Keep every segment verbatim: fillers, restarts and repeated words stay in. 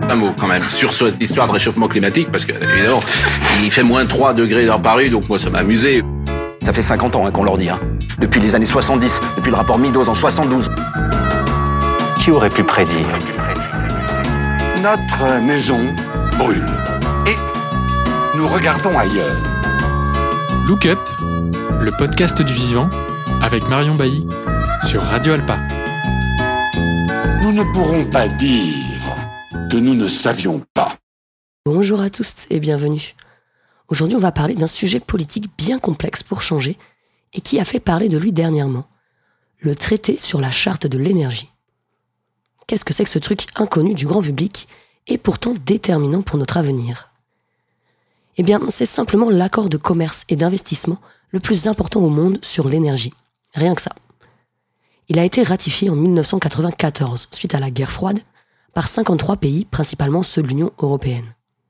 Un mot quand même sur cette histoire de réchauffement climatique, parce que évidemment, il fait moins trois degrés dans Paris, donc moi ça m'a amusé. Ça fait cinquante ans hein, qu'on leur dit, hein. Depuis les années soixante-dix, depuis le rapport Meadows en soixante-douze. Qui aurait pu prédire ? Notre maison brûle. Et nous regardons ailleurs. Look Up, le podcast du vivant, avec Marion Bailly, sur Radio Alpa. Nous ne pourrons pas dire que nous ne savions pas. Bonjour à tous et bienvenue. Aujourd'hui, on va parler d'un sujet politique bien complexe pour changer et qui a fait parler de lui dernièrement. Le traité sur la charte de l'énergie. Qu'est-ce que c'est que ce truc inconnu du grand public et pourtant déterminant pour notre avenir ? Eh bien, c'est simplement l'accord de commerce et d'investissement le plus important au monde sur l'énergie. Rien que ça. Il a été ratifié en dix-neuf cent quatre-vingt-quatorze, suite à la guerre froide, par cinquante-trois pays, principalement ceux de l'Union européenne.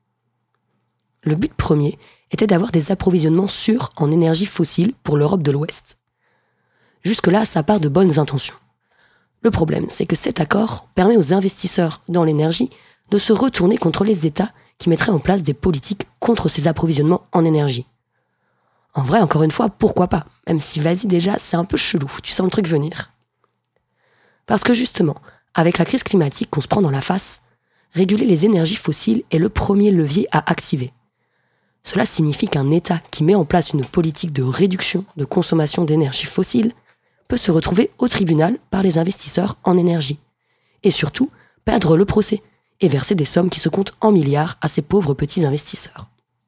Le but premier était d'avoir des approvisionnements sûrs en énergie fossile pour l'Europe de l'Ouest. Jusque-là, ça part de bonnes intentions. Le problème, c'est que cet accord permet aux investisseurs dans l'énergie de se retourner contre les États qui mettraient en place des politiques contre ces approvisionnements en énergie. En vrai, encore une fois, pourquoi pas ? Même si, vas-y déjà, c'est un peu chelou, tu sens le truc venir. Parce que justement, avec la crise climatique qu'on se prend dans la face, réguler les énergies fossiles est le premier levier à activer. Cela signifie qu'un État qui met en place une politique de réduction de consommation d'énergie fossile peut se retrouver au tribunal par les investisseurs en énergie. Et surtout, perdre le procès et verser des sommes qui se comptent en milliards à ces pauvres petits investisseurs.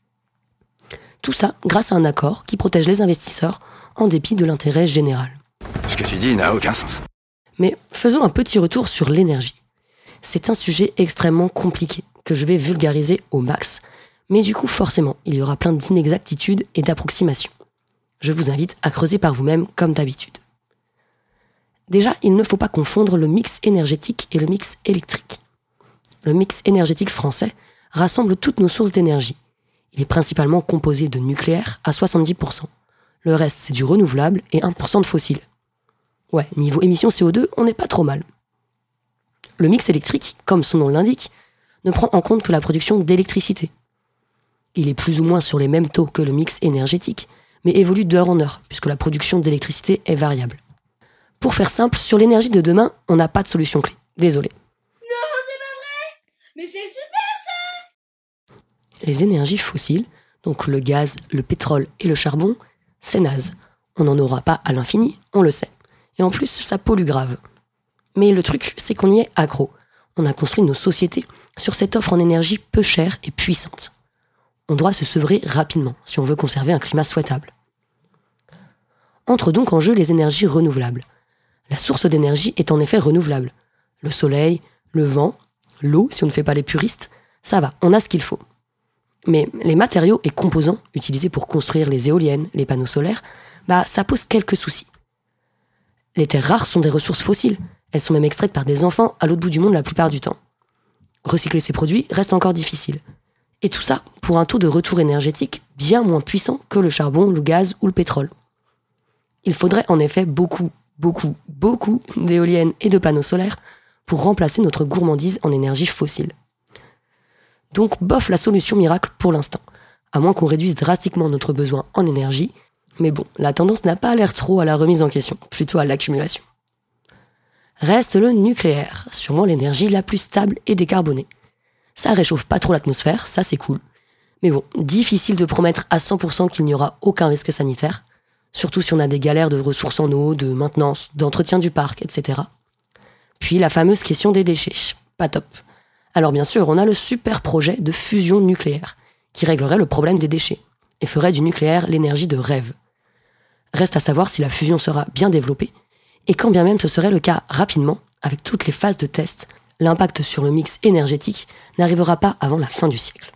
Tout ça grâce à un accord qui protège les investisseurs en dépit de l'intérêt général. Ce que tu dis n'a aucun sens. Mais faisons un petit retour sur l'énergie. C'est un sujet extrêmement compliqué que je vais vulgariser au max, mais du coup forcément, il y aura plein d'inexactitudes et d'approximations. Je vous invite à creuser par vous-même comme d'habitude. Déjà, il ne faut pas confondre le mix énergétique et le mix électrique. Le mix énergétique français rassemble toutes nos sources d'énergie. Il est principalement composé de nucléaire à soixante-dix pour cent. Le reste, c'est du renouvelable et un pour cent de fossile. Ouais, niveau émissions C O deux, on n'est pas trop mal. Le mix électrique, comme son nom l'indique, ne prend en compte que la production d'électricité. Il est plus ou moins sur les mêmes taux que le mix énergétique, mais évolue d'heure en heure, puisque la production d'électricité est variable. Pour faire simple, sur l'énergie de demain, on n'a pas de solution clé. Désolé. Non, c'est pas vrai! Mais c'est super ça! Les énergies fossiles, donc le gaz, le pétrole et le charbon, c'est naze. On n'en aura pas à l'infini, on le sait. Et en plus, ça pollue grave. Mais le truc, c'est qu'on y est accro. On a construit nos sociétés sur cette offre en énergie peu chère et puissante. On doit se sevrer rapidement si on veut conserver un climat souhaitable. Entrent donc en jeu les énergies renouvelables. La source d'énergie est en effet renouvelable. Le soleil, le vent, l'eau, si on ne fait pas les puristes, ça va, on a ce qu'il faut. Mais les matériaux et composants utilisés pour construire les éoliennes, les panneaux solaires, bah ça pose quelques soucis. Les terres rares sont des ressources fossiles. Elles sont même extraites par des enfants à l'autre bout du monde la plupart du temps. Recycler ces produits reste encore difficile. Et tout ça pour un taux de retour énergétique bien moins puissant que le charbon, le gaz ou le pétrole. Il faudrait en effet beaucoup, beaucoup, beaucoup d'éoliennes et de panneaux solaires pour remplacer notre gourmandise en énergie fossile. Donc bof la solution miracle pour l'instant, à moins qu'on réduise drastiquement notre besoin en énergie. Mais bon, la tendance n'a pas l'air trop à la remise en question, plutôt à l'accumulation. Reste le nucléaire, sûrement l'énergie la plus stable et décarbonée. Ça réchauffe pas trop l'atmosphère, ça c'est cool. Mais bon, difficile de promettre à cent pour cent qu'il n'y aura aucun risque sanitaire, surtout si on a des galères de ressources en eau, de maintenance, d'entretien du parc, et cetera. Puis la fameuse question des déchets, pas top. Alors bien sûr, on a le super projet de fusion nucléaire, qui réglerait le problème des déchets, et ferait du nucléaire l'énergie de rêve. Reste à savoir si la fusion sera bien développée, et quand bien même ce serait le cas rapidement, avec toutes les phases de test, l'impact sur le mix énergétique n'arrivera pas avant la fin du siècle.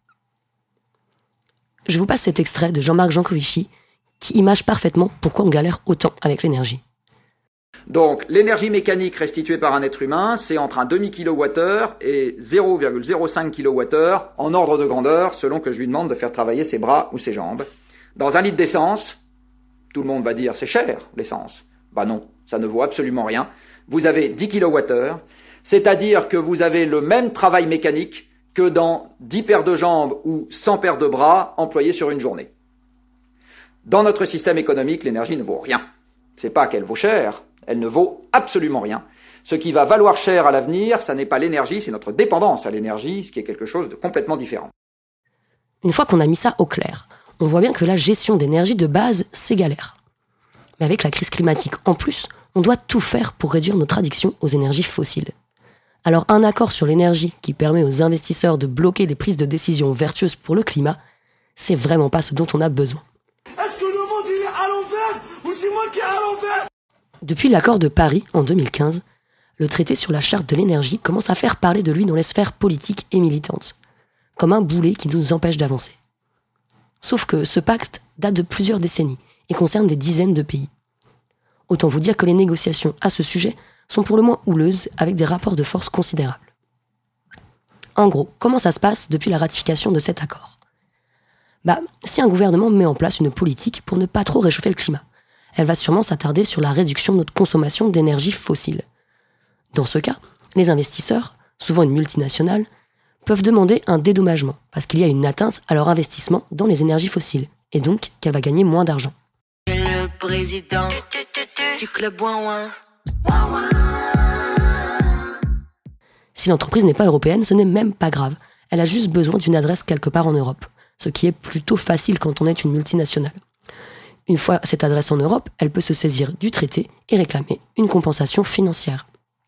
Je vous passe cet extrait de Jean-Marc Jancovici, qui image parfaitement pourquoi on galère autant avec l'énergie. Donc, l'énergie mécanique restituée par un être humain, c'est entre un demi-kilowattheure et zéro virgule zéro cinq kilowattheure en ordre de grandeur, selon que je lui demande de faire travailler ses bras ou ses jambes. Dans un litre d'essence, tout le monde va dire c'est cher, l'essence. Bah non, ça ne vaut absolument rien. Vous avez dix kilowattheures, C'est-à-dire que vous avez le même travail mécanique que dans dix paires de jambes ou cent paires de bras employés sur une journée. Dans notre système économique, l'énergie ne vaut rien. C'est pas qu'elle vaut cher, elle ne vaut absolument rien. Ce qui va valoir cher à l'avenir, ça n'est pas l'énergie, c'est notre dépendance à l'énergie, ce qui est quelque chose de complètement différent. Une fois qu'on a mis ça au clair, on voit bien que la gestion d'énergie de base, c'est galère. Mais avec la crise climatique en plus, on doit tout faire pour réduire notre addiction aux énergies fossiles. Alors un accord sur l'énergie qui permet aux investisseurs de bloquer les prises de décision vertueuses pour le climat, c'est vraiment pas ce dont on a besoin. Est-ce que le monde il est à l'envers ou c'est moi qui est à l'envers ? Depuis l'accord de Paris en deux mille quinze, le traité sur la charte de l'énergie commence à faire parler de lui dans les sphères politiques et militantes, comme un boulet qui nous empêche d'avancer. Sauf que ce pacte date de plusieurs décennies et concerne des dizaines de pays. Autant vous dire que les négociations à ce sujet sont pour le moins houleuses avec des rapports de force considérables. En gros, comment ça se passe depuis la ratification de cet accord ? Bah, si un gouvernement met en place une politique pour ne pas trop réchauffer le climat, elle va sûrement s'attarder sur la réduction de notre consommation d'énergie fossile. Dans ce cas, les investisseurs, souvent une multinationale, peuvent demander un dédommagement parce qu'il y a une atteinte à leur investissement dans les énergies fossiles et donc qu'elle va gagner moins d'argent. Le président du club ouin ouin. Si l'entreprise n'est pas européenne, ce n'est même pas grave. Elle a juste besoin d'une adresse quelque part en Europe, ce qui est plutôt facile quand on est une multinationale. Une fois cette adresse en Europe, elle peut se saisir du traité et réclamer une compensation financière.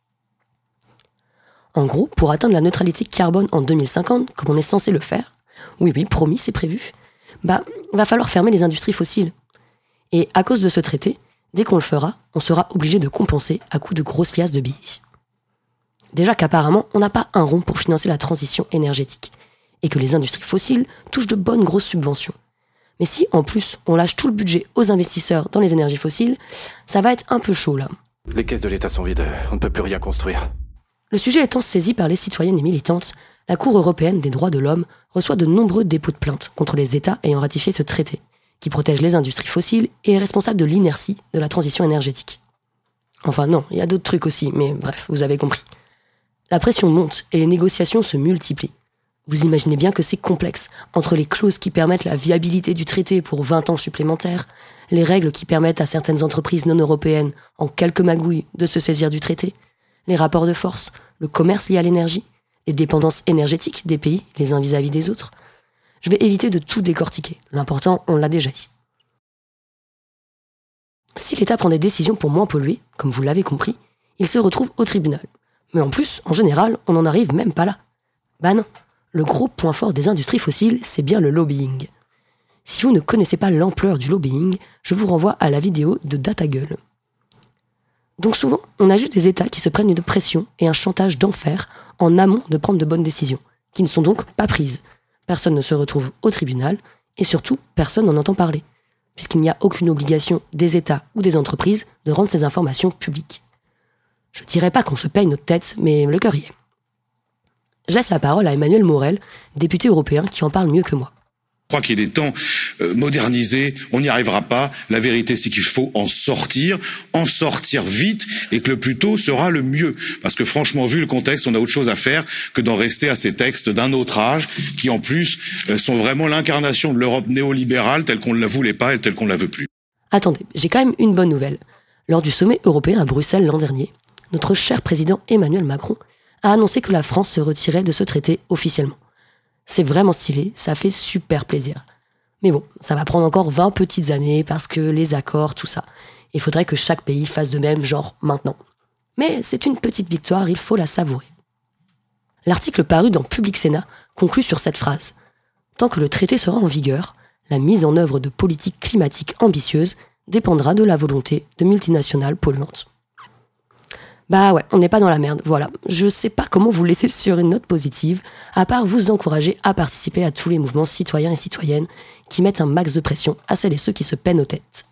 En gros, pour atteindre la neutralité carbone en deux mille cinquante, comme on est censé le faire, oui oui, promis, c'est prévu, bah, va falloir fermer les industries fossiles. Et à cause de ce traité, dès qu'on le fera, on sera obligé de compenser à coups de grosses liasses de billets. Déjà qu'apparemment, on n'a pas un rond pour financer la transition énergétique, et que les industries fossiles touchent de bonnes grosses subventions. Mais si, en plus, on lâche tout le budget aux investisseurs dans les énergies fossiles, ça va être un peu chaud, là. Les caisses de l'État sont vides, on ne peut plus rien construire. Le sujet étant saisi par les citoyennes et militantes, la Cour européenne des droits de l'homme reçoit de nombreux dépôts de plaintes contre les États ayant ratifié ce traité, qui protège les industries fossiles et est responsable de l'inertie de la transition énergétique. Enfin non, il y a d'autres trucs aussi, mais bref, vous avez compris. La pression monte et les négociations se multiplient. Vous imaginez bien que c'est complexe, entre les clauses qui permettent la viabilité du traité pour vingt ans supplémentaires, les règles qui permettent à certaines entreprises non européennes, en quelques magouilles, de se saisir du traité, les rapports de force, le commerce lié à l'énergie, les dépendances énergétiques des pays les uns vis-à-vis des autres. Je vais éviter de tout décortiquer. L'important, on l'a déjà dit. Si l'État prend des décisions pour moins polluer, comme vous l'avez compris, il se retrouve au tribunal. Mais en plus, en général, on n'en arrive même pas là. Bah non, le gros point fort des industries fossiles, c'est bien le lobbying. Si vous ne connaissez pas l'ampleur du lobbying, je vous renvoie à la vidéo de DataGull. Donc souvent, on a juste des États qui se prennent une pression et un chantage d'enfer en amont de prendre de bonnes décisions, qui ne sont donc pas prises. Personne ne se retrouve au tribunal, et surtout, personne n'en entend parler, puisqu'il n'y a aucune obligation des États ou des entreprises de rendre ces informations publiques. Je dirais pas qu'on se paye notre tête, mais le cœur y est. Je laisse la parole à Emmanuel Morel, député européen, qui en parle mieux que moi. Je crois qu'il est temps euh, modernisé, on n'y arrivera pas. La vérité, c'est qu'il faut en sortir, en sortir vite, et que le plus tôt sera le mieux. Parce que franchement, vu le contexte, on a autre chose à faire que d'en rester à ces textes d'un autre âge, qui en plus euh, sont vraiment l'incarnation de l'Europe néolibérale telle qu'on ne la voulait pas et telle qu'on ne la veut plus. Attendez, j'ai quand même une bonne nouvelle. Lors du sommet européen à Bruxelles l'an dernier, notre cher président Emmanuel Macron a annoncé que la France se retirait de ce traité officiellement. C'est vraiment stylé, ça fait super plaisir. Mais bon, ça va prendre encore vingt petites années parce que les accords, tout ça. Il faudrait que chaque pays fasse de même, genre maintenant. Mais c'est une petite victoire, il faut la savourer. L'article paru dans Public Sénat conclut sur cette phrase. Tant que le traité sera en vigueur, la mise en œuvre de politiques climatiques ambitieuses dépendra de la volonté de multinationales polluantes. Bah ouais, on n'est pas dans la merde, voilà. Je sais pas comment vous laisser sur une note positive, à part vous encourager à participer à tous les mouvements citoyens et citoyennes qui mettent un max de pression à celles et ceux qui se peinent aux têtes.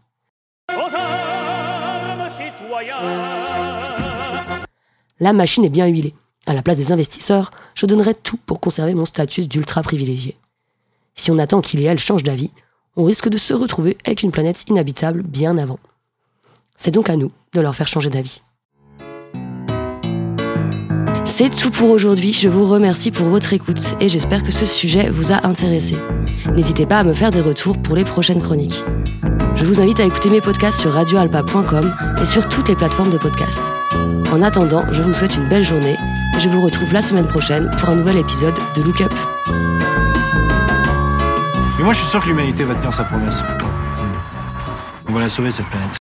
La machine est bien huilée. À la place des investisseurs, je donnerais tout pour conserver mon statut d'ultra privilégié. Si on attend qu'il et elle changent d'avis, on risque de se retrouver avec une planète inhabitable bien avant. C'est donc à nous de leur faire changer d'avis. C'est tout pour aujourd'hui, je vous remercie pour votre écoute et j'espère que ce sujet vous a intéressé. N'hésitez pas à me faire des retours pour les prochaines chroniques. Je vous invite à écouter mes podcasts sur radio alpa point com et sur toutes les plateformes de podcasts. En attendant, je vous souhaite une belle journée et je vous retrouve la semaine prochaine pour un nouvel épisode de Look Up. Mais moi je suis sûr que l'humanité va tenir sa promesse. On va la sauver cette planète.